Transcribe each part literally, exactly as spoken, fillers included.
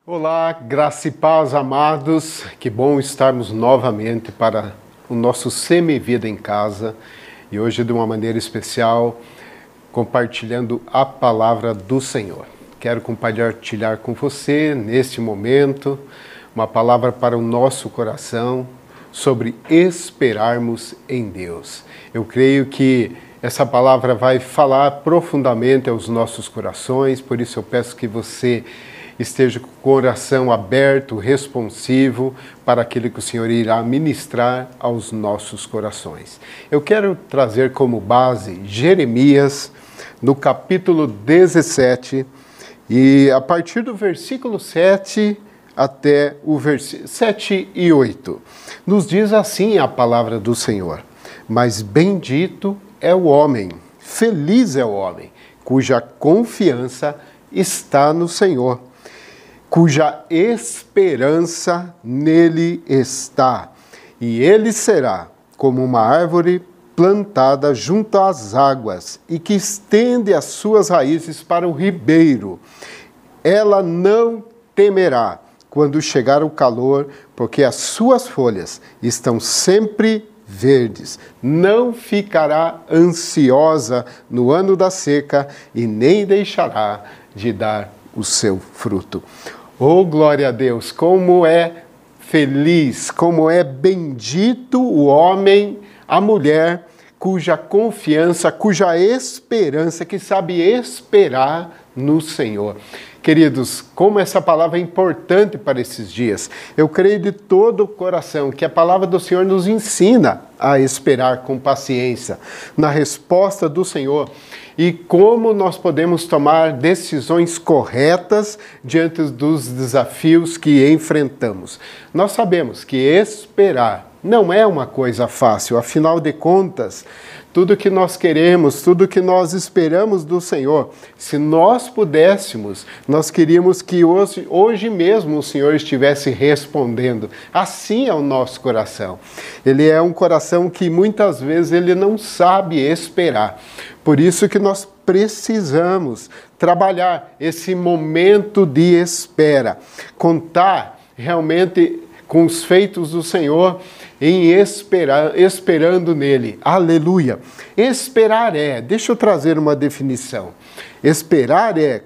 Olá, graça e paz, amados. Que bom estarmos novamente para o nosso Semi-Vida em Casa e hoje, de uma maneira especial, compartilhando a palavra do Senhor. Quero compartilhar com você, neste momento, uma palavra para o nosso coração sobre esperarmos em Deus. Eu creio que essa palavra vai falar profundamente aos nossos corações, por isso eu peço que você esteja com o coração aberto, responsivo para aquilo que o Senhor irá ministrar aos nossos corações. Eu quero trazer como base Jeremias, no capítulo dezessete, e a partir do versículo sete até o versículo sete e oito. Nos diz assim a palavra do Senhor: mas bendito é o homem, feliz é o homem, cuja confiança está no Senhor, cuja esperança nele está, e ele será como uma árvore plantada junto às águas e que estende as suas raízes para o ribeiro. Ela não temerá quando chegar o calor, porque as suas folhas estão sempre verdes. Não ficará ansiosa no ano da seca e nem deixará de dar o seu fruto. Oh, glória a Deus! Como é feliz, como é bendito o homem, a mulher, cuja confiança, cuja esperança, que sabe esperar no Senhor. Queridos, como essa palavra é importante para esses dias. Eu creio de todo o coração que a palavra do Senhor nos ensina a esperar com paciência na resposta do Senhor e como nós podemos tomar decisões corretas diante dos desafios que enfrentamos. Nós sabemos que esperar não é uma coisa fácil, afinal de contas, tudo que nós queremos, tudo que nós esperamos do Senhor, se nós pudéssemos, nós queríamos que hoje, hoje mesmo o Senhor estivesse respondendo. Assim é o nosso coração. Ele é um coração que muitas vezes ele não sabe esperar. Por isso que nós precisamos trabalhar esse momento de espera, contar realmente com os feitos do Senhor, em esperar, esperando nele. Aleluia! Esperar é, deixa eu trazer uma definição. Esperar é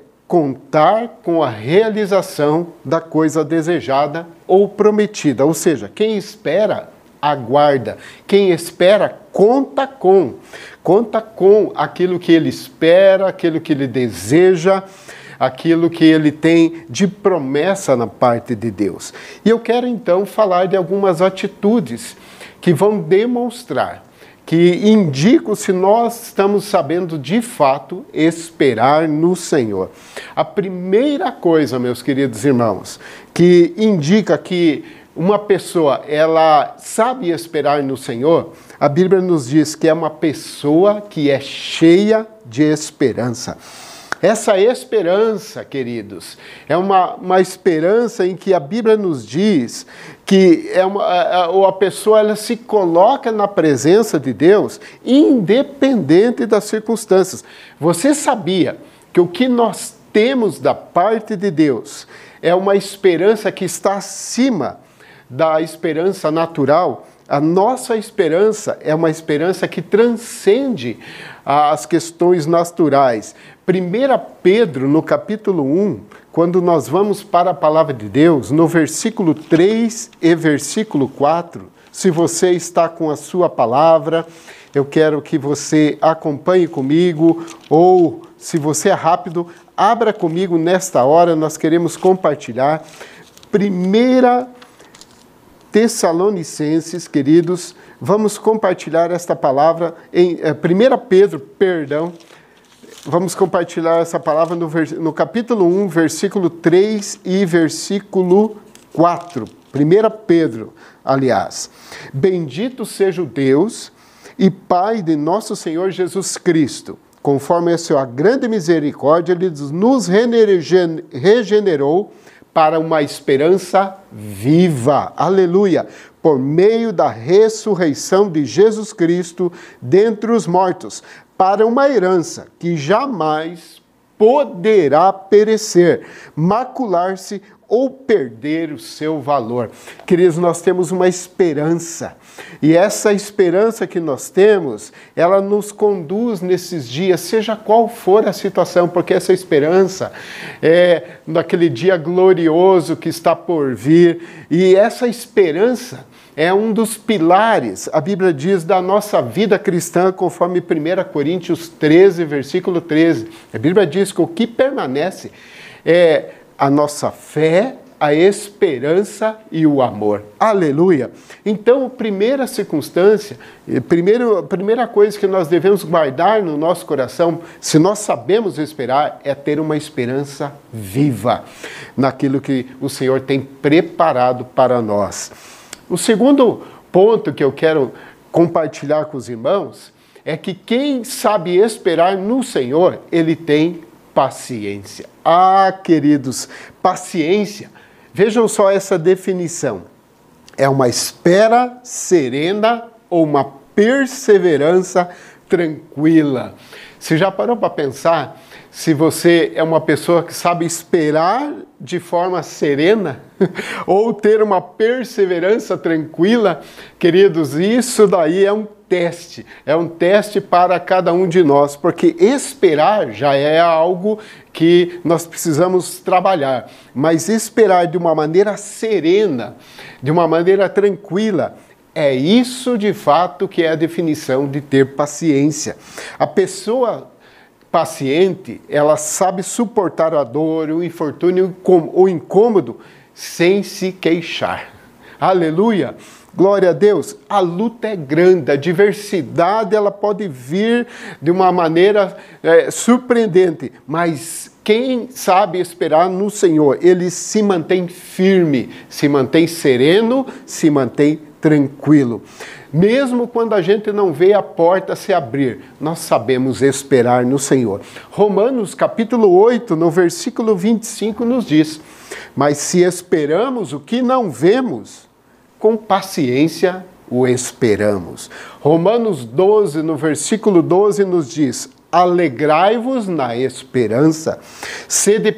contar com a realização da coisa desejada ou prometida. Ou seja, quem espera, aguarda. Quem espera, conta com. Conta com aquilo que ele espera, aquilo que ele deseja, aquilo que ele tem de promessa na parte de Deus. E eu quero então falar de algumas atitudes que vão demonstrar, que indicam se nós estamos sabendo de fato esperar no Senhor. A primeira coisa, meus queridos irmãos, que indica que uma pessoa ela sabe esperar no Senhor, a Bíblia nos diz que é uma pessoa que é cheia de esperança. Essa esperança, queridos, é uma, uma esperança em que a Bíblia nos diz que é uma, a, a pessoa ela se coloca na presença de Deus independente das circunstâncias. Você sabia que o que nós temos da parte de Deus é uma esperança que está acima da esperança natural? A nossa esperança é uma esperança que transcende as questões naturais. primeira Pedro, no capítulo um, quando nós vamos para a palavra de Deus, no versículo três e versículo quatro, se você está com a sua palavra, eu quero que você acompanhe comigo, ou se você é rápido, abra comigo nesta hora, nós queremos compartilhar. primeira Tessalonicenses, queridos, vamos compartilhar esta palavra em é, primeira Pedro, perdão, vamos compartilhar essa palavra no, no capítulo um, versículo três e versículo quatro. primeira Pedro, aliás. Bendito seja o Deus e Pai de nosso Senhor Jesus Cristo. Conforme a sua grande misericórdia, Ele nos regenerou para uma esperança viva, aleluia, por meio da ressurreição de Jesus Cristo dentre os mortos, para uma herança que jamais poderá perecer, macular-se ou perder o seu valor. Queridos, nós temos uma esperança. E essa esperança que nós temos, ela nos conduz nesses dias, seja qual for a situação, porque essa esperança é naquele dia glorioso que está por vir. E essa esperança é um dos pilares, a Bíblia diz, da nossa vida cristã, conforme primeira Coríntios treze, versículo treze. A Bíblia diz que o que permanece é a nossa fé, a esperança e o amor. Aleluia! Então, a primeira circunstância, primeiro, a primeira coisa que nós devemos guardar no nosso coração, se nós sabemos esperar, é ter uma esperança viva naquilo que o Senhor tem preparado para nós. O segundo ponto que eu quero compartilhar com os irmãos é que quem sabe esperar no Senhor, ele tem paciência. Ah, queridos, paciência. Vejam só essa definição. É uma espera serena ou uma perseverança tranquila. Você já parou para pensar se você é uma pessoa que sabe esperar de forma serena ou ter uma perseverança tranquila? Queridos, isso daí é um teste, é um teste para cada um de nós, porque esperar já é algo que nós precisamos trabalhar, mas esperar de uma maneira serena, de uma maneira tranquila, é isso de fato que é a definição de ter paciência. A pessoa paciente, ela sabe suportar a dor, o infortúnio, o incômodo, sem se queixar. Aleluia! Glória a Deus! A luta é grande, a diversidade ela pode vir de uma maneira é, surpreendente, mas quem sabe esperar no Senhor, ele se mantém firme, se mantém sereno, se mantém tranquilo. Mesmo quando a gente não vê a porta se abrir, nós sabemos esperar no Senhor. Romanos capítulo oito, no versículo vinte e cinco, nos diz: mas se esperamos o que não vemos, com paciência o esperamos. Romanos doze, no versículo doze, nos diz: alegrai-vos na esperança, sede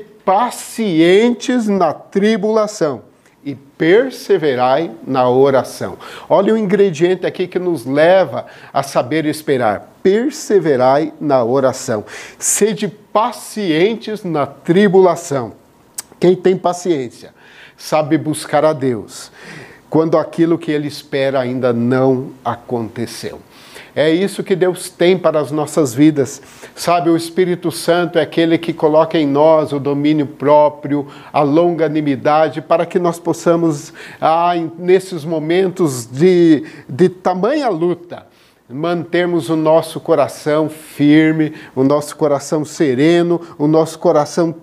pacientes na tribulação e perseverai na oração. Olha o ingrediente aqui que nos leva a saber esperar. Perseverai na oração. Sede pacientes na tribulação. Quem tem paciência sabe buscar a Deus quando aquilo que ele espera ainda não aconteceu. É isso que Deus tem para as nossas vidas. Sabe, o Espírito Santo é aquele que coloca em nós o domínio próprio, a longanimidade, para que nós possamos, ah, nesses momentos de, de tamanha luta, mantermos o nosso coração firme, o nosso coração sereno, o nosso coração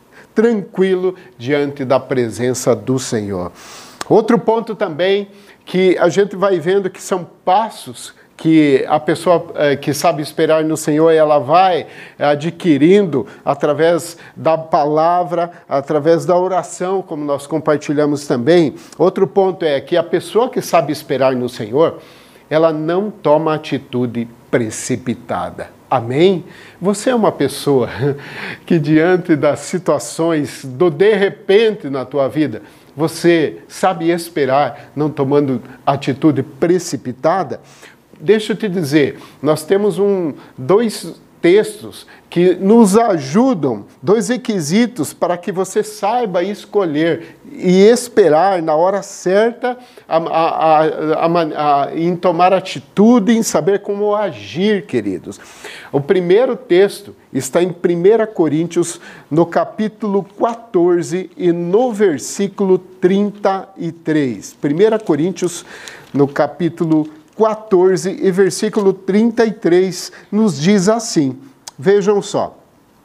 tranquilo diante da presença do Senhor. Outro ponto também que a gente vai vendo que são passos que a pessoa eh, que sabe esperar no Senhor, ela vai adquirindo através da palavra, através da oração, como nós compartilhamos também. Outro ponto é que a pessoa que sabe esperar no Senhor, ela não toma atitude precipitada. Amém? Você é uma pessoa que diante das situações do de repente na tua vida, você sabe esperar, não tomando atitude precipitada? Deixa eu te dizer, nós temos um, dois textos que nos ajudam, dois requisitos para que você saiba escolher e esperar na hora certa a, a, a, a, em tomar atitude, em saber como agir, queridos. O primeiro texto está em primeira Coríntios, no capítulo quatorze e no versículo trinta e três. primeira Coríntios, no capítulo quatorze e versículo trinta e três, nos diz assim, vejam só: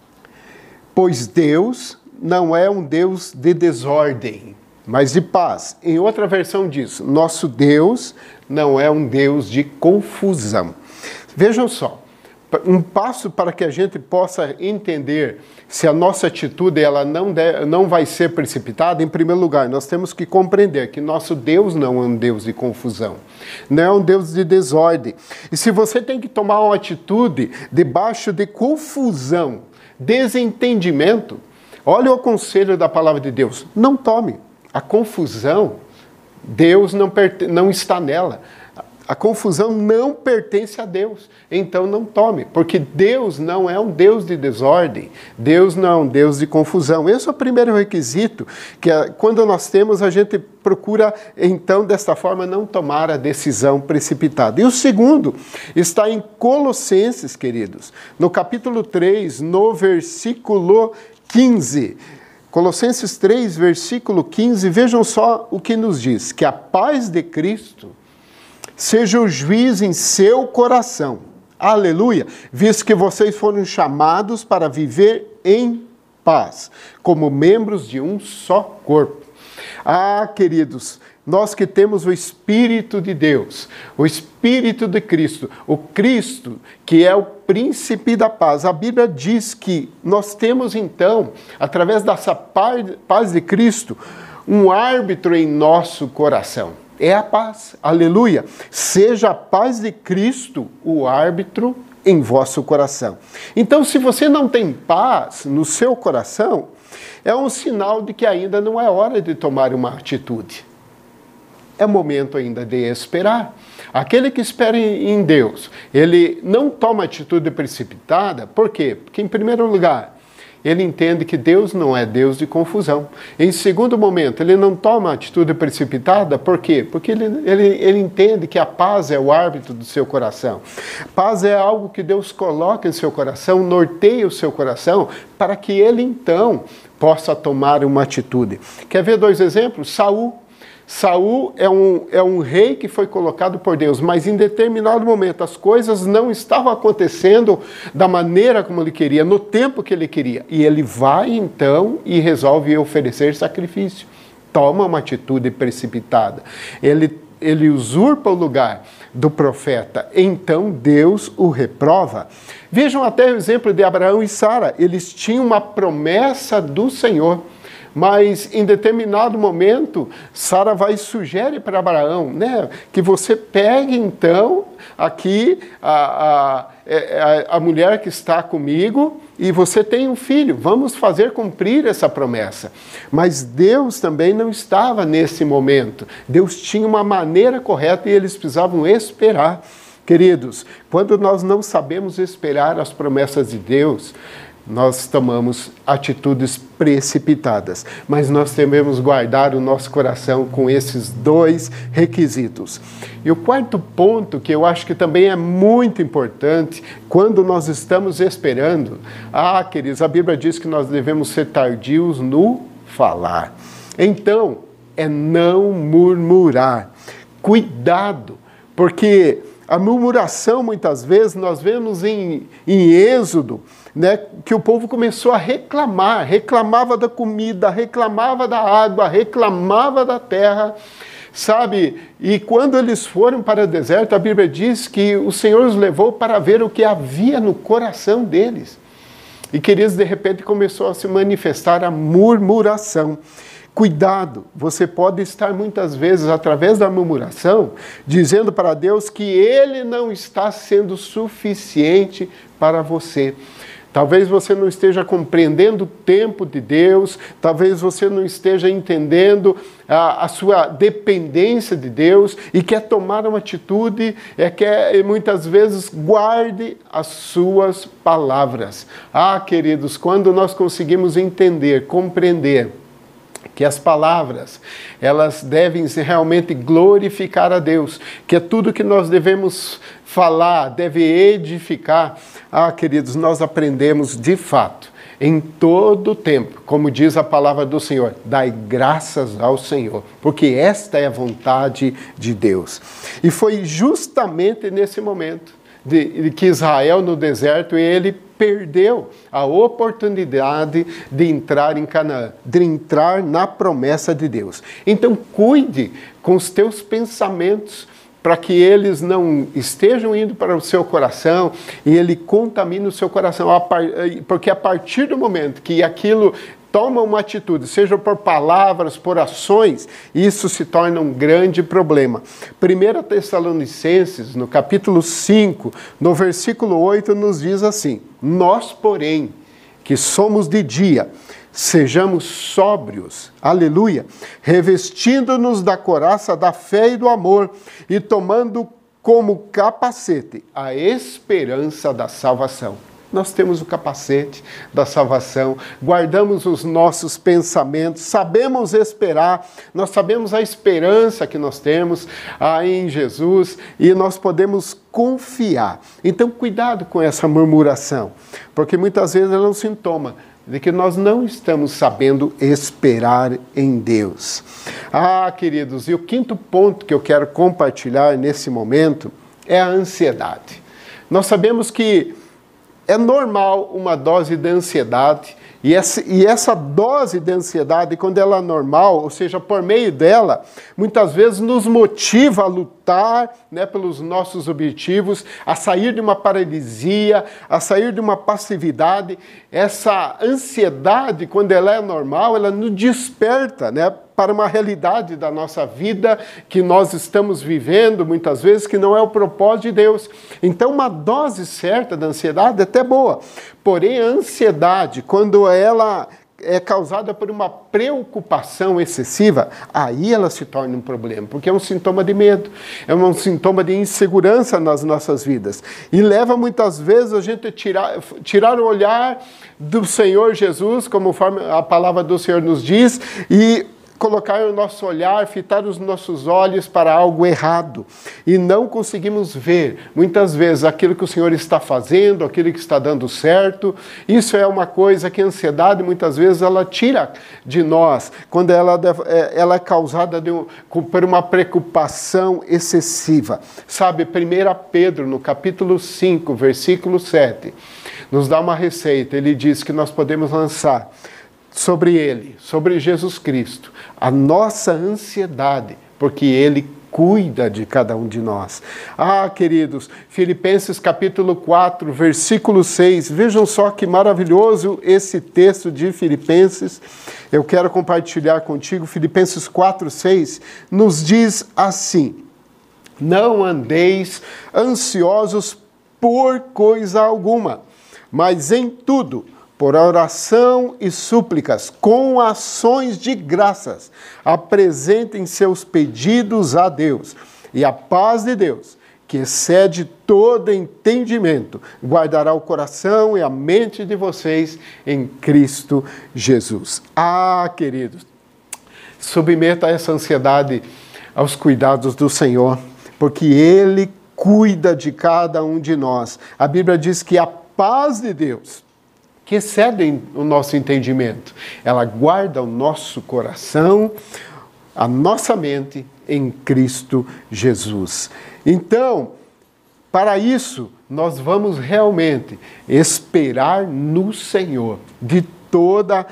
pois Deus não é um Deus de desordem, mas de paz. Em outra versão diz, nosso Deus não é um Deus de confusão. Vejam só, um passo para que a gente possa entender se a nossa atitude ela não, deve, não vai ser precipitada. Em primeiro lugar, nós temos que compreender que nosso Deus não é um Deus de confusão, não é um Deus de desordem. E se você tem que tomar uma atitude debaixo de confusão, desentendimento, olha o conselho da palavra de Deus, não tome. A confusão, Deus não, não está nela. A confusão não pertence a Deus, então não tome, porque Deus não é um Deus de desordem, Deus não é um Deus de confusão. Esse é o primeiro requisito, que é, quando nós temos, a gente procura, então, desta forma, não tomar a decisão precipitada. E o segundo está em Colossenses, queridos, no capítulo três, no versículo quinze. Colossenses três, versículo quinze, vejam só o que nos diz, que a paz de Cristo seja o juiz em seu coração. Aleluia! Visto que vocês foram chamados para viver em paz, como membros de um só corpo. Ah, queridos, nós que temos o Espírito de Deus, o Espírito de Cristo, o Cristo que é o príncipe da paz. A Bíblia diz que nós temos então, através dessa paz de Cristo, um árbitro em nosso coração. É a paz, aleluia. Seja a paz de Cristo o árbitro em vosso coração. Então, se você não tem paz no seu coração, é um sinal de que ainda não é hora de tomar uma atitude. É momento ainda de esperar. Aquele que espera em Deus, ele não toma atitude precipitada, por quê? Porque, em primeiro lugar, ele entende que Deus não é Deus de confusão. Em segundo momento, ele não toma atitude precipitada, por quê? Porque ele, ele, ele entende que a paz é o árbitro do seu coração. Paz é algo que Deus coloca em seu coração, norteia o seu coração, para que ele então possa tomar uma atitude. Quer ver dois exemplos? Saul. Saul é um, é um rei que foi colocado por Deus, mas em determinado momento as coisas não estavam acontecendo da maneira como ele queria, no tempo que ele queria. E ele vai então e resolve oferecer sacrifício. Toma uma atitude precipitada. Ele, ele usurpa o lugar do profeta, então Deus o reprova. Vejam até o exemplo de Abraão e Sara. Eles tinham uma promessa do Senhor. Mas em determinado momento, Sara vai e sugere para Abraão, né, que você pegue então aqui a, a, a mulher que está comigo e você tem um filho, vamos fazer cumprir essa promessa. Mas Deus também não estava nesse momento, Deus tinha uma maneira correta e eles precisavam esperar. Queridos, quando nós não sabemos esperar as promessas de Deus, nós tomamos atitudes precipitadas, mas nós devemos guardar o nosso coração com esses dois requisitos. E o quarto ponto, que eu acho que também é muito importante, quando nós estamos esperando, ah, queridos, a Bíblia diz que nós devemos ser tardios no falar. Então, é não murmurar. Cuidado, porque a murmuração, muitas vezes, nós vemos em, em Êxodo, né, que o povo começou a reclamar, reclamava da comida, reclamava da água, reclamava da terra, sabe? E quando eles foram para o deserto, a Bíblia diz que o Senhor os levou para ver o que havia no coração deles. E, queridos, de repente começou a se manifestar a murmuração. Cuidado, você pode estar muitas vezes, através da murmuração, dizendo para Deus que Ele não está sendo suficiente para você. Talvez você não esteja compreendendo o tempo de Deus, talvez você não esteja entendendo a, a sua dependência de Deus e quer tomar uma atitude, é, quer muitas vezes guarde as suas palavras. Ah, queridos, quando nós conseguimos entender, compreender, que as palavras, elas devem realmente glorificar a Deus, que é tudo que nós devemos falar, deve edificar. Ah, queridos, nós aprendemos de fato, em todo o tempo, como diz a palavra do Senhor, dai graças ao Senhor, porque esta é a vontade de Deus. E foi justamente nesse momento de, de que Israel no deserto, ele perdeu a oportunidade de entrar em Canaã, de entrar na promessa de Deus. Então, cuide com os teus pensamentos, para que eles não estejam indo para o seu coração e ele contamine o seu coração, porque a partir do momento que aquilo toma uma atitude, seja por palavras, por ações, isso se torna um grande problema. primeira Tessalonicenses, no capítulo cinco, no versículo oito, nos diz assim: nós, porém, que somos de dia, sejamos sóbrios, aleluia, revestindo-nos da couraça da fé e do amor e tomando como capacete a esperança da salvação. Nós temos o capacete da salvação, guardamos os nossos pensamentos, sabemos esperar, nós sabemos a esperança que nós temos ah, em Jesus e nós podemos confiar. Então, cuidado com essa murmuração, porque muitas vezes ela é um sintoma de que nós não estamos sabendo esperar em Deus. Ah, queridos, e o quinto ponto que eu quero compartilhar nesse momento é a ansiedade. Nós sabemos que é normal uma dose de ansiedade, e essa, e essa dose de ansiedade, quando ela é normal, ou seja, por meio dela, muitas vezes nos motiva a lutar, né, pelos nossos objetivos, a sair de uma paralisia, a sair de uma passividade. Essa ansiedade, quando ela é normal, ela nos desperta, né, para uma realidade da nossa vida que nós estamos vivendo, muitas vezes, que não é o propósito de Deus. Então, uma dose certa da ansiedade é até boa. Porém, a ansiedade, quando ela é causada por uma preocupação excessiva, aí ela se torna um problema, porque é um sintoma de medo, é um sintoma de insegurança nas nossas vidas. E leva muitas vezes a gente a tirar, tirar o olhar do Senhor Jesus, como a palavra do Senhor nos diz, e colocar o nosso olhar, fitar os nossos olhos para algo errado. E não conseguimos ver, muitas vezes, aquilo que o Senhor está fazendo, aquilo que está dando certo. Isso é uma coisa que a ansiedade, muitas vezes, ela tira de nós, quando ela, ela é causada de um, por uma preocupação excessiva. Sabe, primeiro Pedro, no capítulo cinco, versículo sete, nos dá uma receita. Ele diz que nós podemos lançar sobre Ele, sobre Jesus Cristo, a nossa ansiedade, porque Ele cuida de cada um de nós. Ah, queridos, Filipenses capítulo quatro, versículo seis, vejam só que maravilhoso esse texto de Filipenses. Eu quero compartilhar contigo. Filipenses quatro, seis, nos diz assim: não andeis ansiosos por coisa alguma, mas em tudo, por oração e súplicas, com ações de graças, apresentem seus pedidos a Deus. E a paz de Deus, que excede todo entendimento, guardará o coração e a mente de vocês em Cristo Jesus. Ah, queridos, submeta essa ansiedade aos cuidados do Senhor, porque Ele cuida de cada um de nós. A Bíblia diz que a paz de Deus, que excedem o nosso entendimento, ela guarda o nosso coração, a nossa mente em Cristo Jesus. Então, para isso, nós vamos realmente esperar no Senhor, de toda,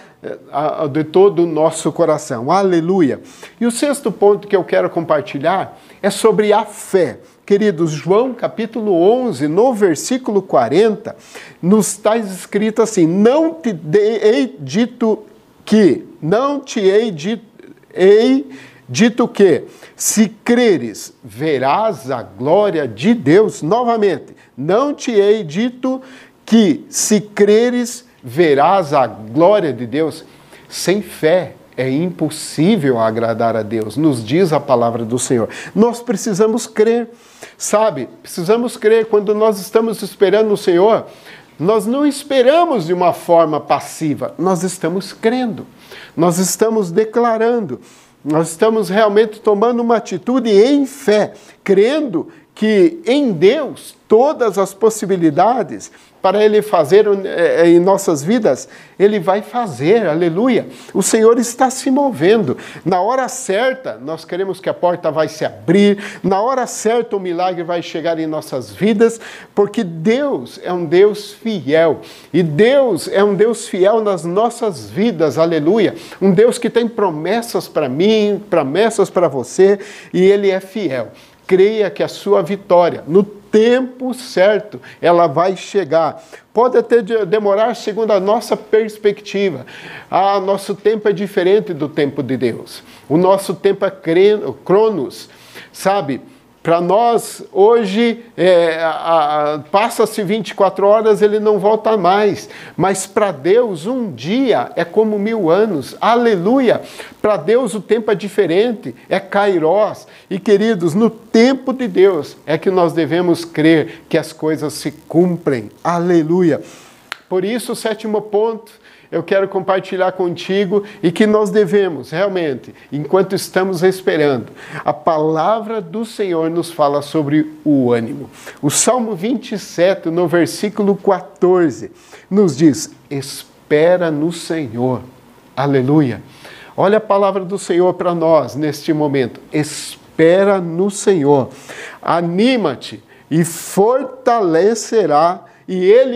de todo o nosso coração. Aleluia! E o sexto ponto que eu quero compartilhar é sobre a fé. Queridos, João capítulo onze, no versículo quarenta, nos está escrito assim: não te hei dito que, não te hei dito, hei dito que, se creres, verás a glória de Deus. Novamente, não te hei dito que, se creres, verás a glória de Deus. Sem fé é impossível agradar a Deus, nos diz a palavra do Senhor. Nós precisamos crer, sabe? Precisamos crer. Quando nós estamos esperando no Senhor, nós não esperamos de uma forma passiva, nós estamos crendo, nós estamos declarando, nós estamos realmente tomando uma atitude em fé, crendo que em Deus todas as possibilidades para Ele fazer em nossas vidas, Ele vai fazer, aleluia. O Senhor está se movendo. Na hora certa, nós queremos que a porta vai se abrir, na hora certa o milagre vai chegar em nossas vidas, porque Deus é um Deus fiel, e Deus é um Deus fiel nas nossas vidas, aleluia. Um Deus que tem promessas para mim, promessas para você, e Ele é fiel. Creia que a sua vitória, no tempo certo, ela vai chegar. Pode até demorar segundo a nossa perspectiva. Ah, nosso tempo é diferente do tempo de Deus. O nosso tempo é cronos, sabe? Para nós, hoje, é, passa-se vinte e quatro horas, ele não volta mais. Mas para Deus, um dia é como mil anos. Aleluia! Para Deus, o tempo é diferente, é kairós. E, queridos, no tempo de Deus é que nós devemos crer que as coisas se cumprem. Aleluia! Por isso, o sétimo ponto, eu quero compartilhar contigo e que nós devemos, realmente, enquanto estamos esperando, a palavra do Senhor nos fala sobre o ânimo. O Salmo vinte e sete, no versículo quatorze, nos diz, espera no Senhor. Aleluia. Olha a palavra do Senhor para nós neste momento. Espera no Senhor. Anima-te e fortalecerá e Ele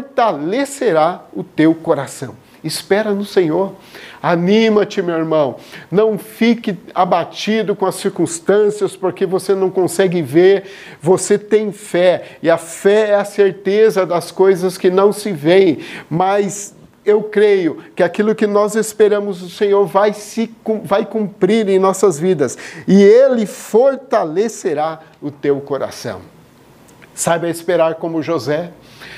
fortalecerá o teu coração. Espera no Senhor. Anima-te, meu irmão. Não fique abatido com as circunstâncias, porque você não consegue ver. Você tem fé. E a fé é a certeza das coisas que não se veem. Mas eu creio que aquilo que nós esperamos do Senhor vai, se, vai cumprir em nossas vidas. E Ele fortalecerá o teu coração. Saiba esperar como José.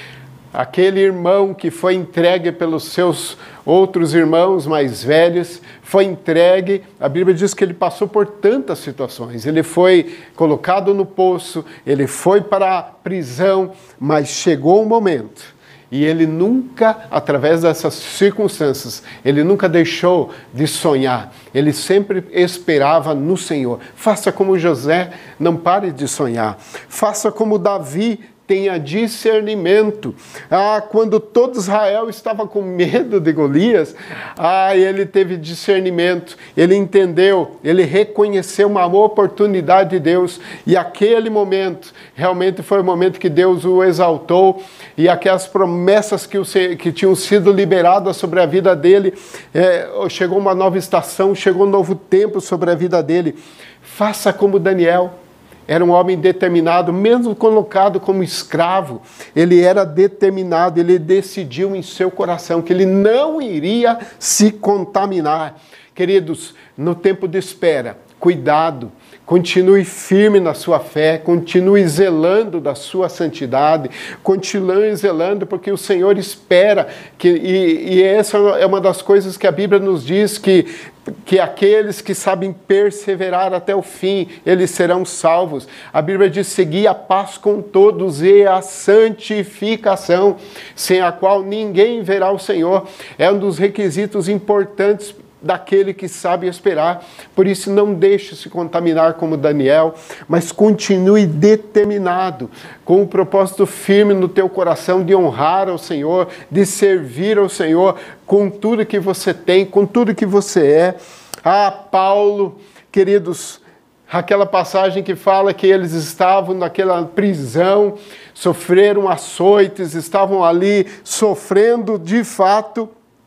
Aquele irmão que foi entregue pelos seus outros irmãos mais velhos, foi entregue, a Bíblia diz que ele passou por tantas situações. Ele foi colocado no poço, ele foi para a prisão, mas chegou um momento, e ele nunca, através dessas circunstâncias, ele nunca deixou de sonhar. Ele sempre esperava no Senhor. Faça como José, não pare de sonhar. Faça como Davi, tenha discernimento. Ah, quando todo Israel estava com medo de Golias, ah, ele teve discernimento, ele entendeu, ele reconheceu uma oportunidade de Deus, e aquele momento, realmente foi o momento que Deus o exaltou, e aquelas promessas que, o, que tinham sido liberadas sobre a vida dele, é, chegou uma nova estação, chegou um novo tempo sobre a vida dele. Faça como Daniel. Era um homem determinado, mesmo colocado como escravo, ele era determinado, ele decidiu em seu coração que ele não iria se contaminar. Queridos, no tempo de espera, cuidado, continue firme na sua fé, continue zelando da sua santidade, continue zelando porque o Senhor espera, que, e, e essa é uma das coisas que a Bíblia nos diz, que que aqueles que sabem perseverar até o fim, eles serão salvos. A Bíblia diz, seguir a paz com todos e a santificação, sem a qual ninguém verá o Senhor. É um dos requisitos importantes daquele que sabe esperar. Por isso, não deixe se contaminar como Daniel, mas continue determinado, com o propósito firme no teu coração de honrar ao Senhor, de servir ao Senhor, com tudo que você tem, com tudo que você é. Ah, Paulo, queridos, aquela passagem que fala que eles estavam naquela prisão, sofreram açoites, estavam ali sofrendo de fato,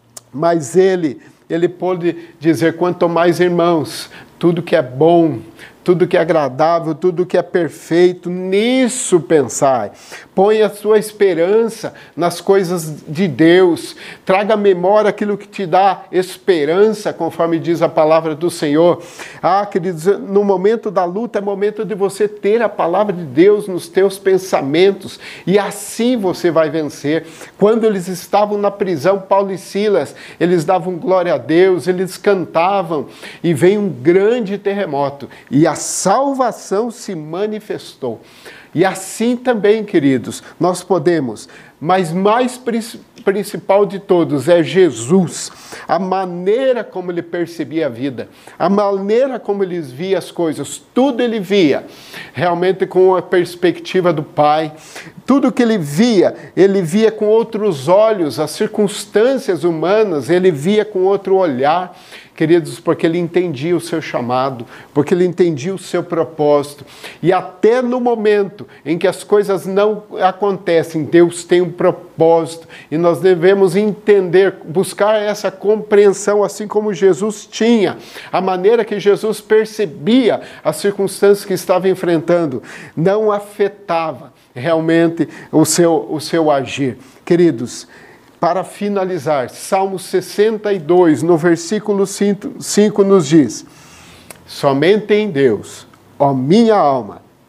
mas ele... Ele pôde dizer, quanto mais irmãos, tudo que é bom, tudo que é agradável, tudo que é perfeito, nisso pensai. Põe a sua esperança nas coisas de Deus. Traga à memória aquilo que te dá esperança, conforme diz a palavra do Senhor. Ah, queridos, no momento da luta é momento de você ter a palavra de Deus nos teus pensamentos, e assim você vai vencer. Quando eles estavam na prisão, Paulo e Silas, eles davam glória a Deus, eles cantavam, e veio um grande terremoto, e a salvação se manifestou. E assim também, queridos, nós podemos, mas mais principal de todos é Jesus, a maneira como ele percebia a vida, a maneira como ele via as coisas, tudo ele via realmente com a perspectiva do Pai. Tudo que ele via, ele via com outros olhos, as circunstâncias humanas, ele via com outro olhar, queridos, porque ele entendia o seu chamado, porque ele entendia o seu propósito. E até no momento em que as coisas não acontecem, Deus tem um propósito, e nós devemos entender, buscar essa compreensão, assim como Jesus tinha, a maneira que Jesus percebia as circunstâncias que estava enfrentando, não afetava realmente o seu, o seu agir. Queridos, para finalizar, Salmo sessenta e dois, no versículo cinco, nos diz: somente em Deus, ó minha alma,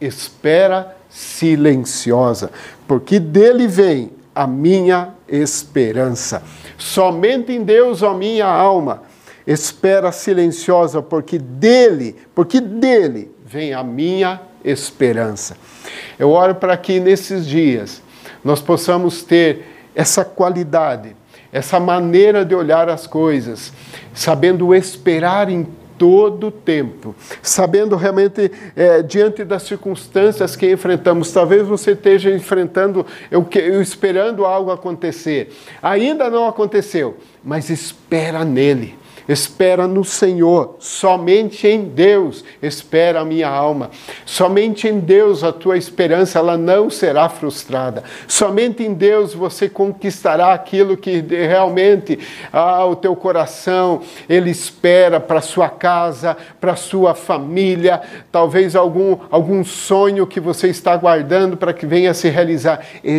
espera silenciosa, porque dele vem a minha esperança. Somente em Deus, ó minha alma, espera silenciosa, porque dele, porque dele vem a minha esperança. Eu oro para que nesses dias nós possamos ter essa qualidade, essa maneira de olhar as coisas, sabendo esperar em todo o tempo, sabendo realmente, é, diante das circunstâncias que enfrentamos, talvez você esteja enfrentando, eu, eu esperando algo acontecer, ainda não aconteceu, mas espera nele. Espera no Senhor, somente em Deus espera a minha alma. Somente em Deus a tua esperança ela não será frustrada. Somente em Deus você conquistará aquilo que realmente ah, o teu coração ele espera para sua casa, para sua família, talvez algum, algum sonho que você está guardando para que venha se realizar.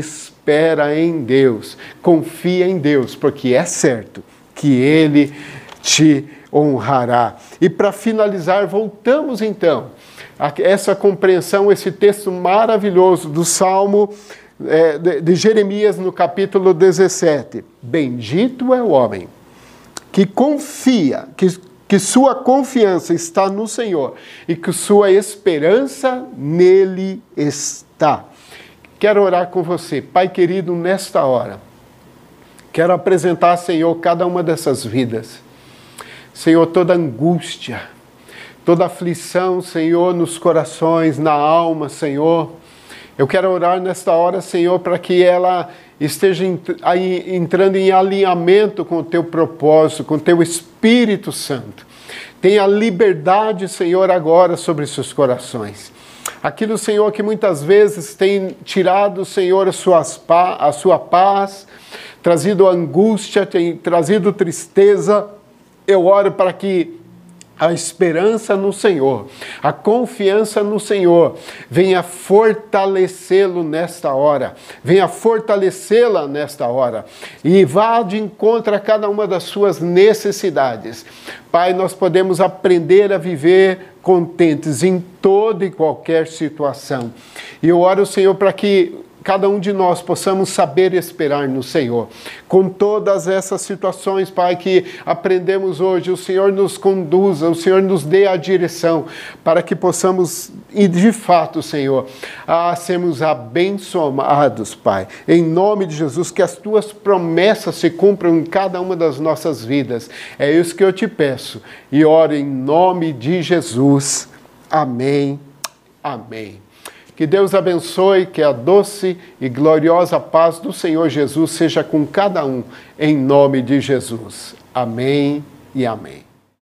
Espera em Deus, confia em Deus, porque é certo que Ele te honrará. E para finalizar, voltamos então a essa compreensão, esse texto maravilhoso do Salmo é, de, de Jeremias no capítulo dezessete. Bendito é o homem que confia, que, que sua confiança está no Senhor e que sua esperança nele está. Quero orar com você, Pai querido, nesta hora. Quero apresentar, Senhor, cada uma dessas vidas. Senhor, toda angústia, toda aflição, Senhor, nos corações, na alma, Senhor. Eu quero orar nesta hora, Senhor, para que ela esteja entrando em alinhamento com o Teu propósito, com o Teu Espírito Santo. Tenha liberdade, Senhor, agora sobre seus corações. Aquilo, Senhor, que muitas vezes tem tirado, Senhor, a sua, a sua paz, trazido angústia, tem trazido tristeza. Eu oro para que a esperança no Senhor, a confiança no Senhor, venha fortalecê-lo nesta hora, venha fortalecê-la nesta hora e vá de encontro a cada uma das suas necessidades. Pai, nós podemos aprender a viver contentes em toda e qualquer situação. E eu oro, Senhor, para que cada um de nós possamos saber esperar no Senhor. Com todas essas situações, Pai, que aprendemos hoje, o Senhor nos conduza, o Senhor nos dê a direção, para que possamos, e de fato, Senhor, a sermos abençoados, Pai. Em nome de Jesus, que as Tuas promessas se cumpram em cada uma das nossas vidas. É isso que eu te peço. E oro em nome de Jesus. Amém. Amém. Que Deus abençoe, que a doce e gloriosa paz do Senhor Jesus seja com cada um, em nome de Jesus. Amém e amém.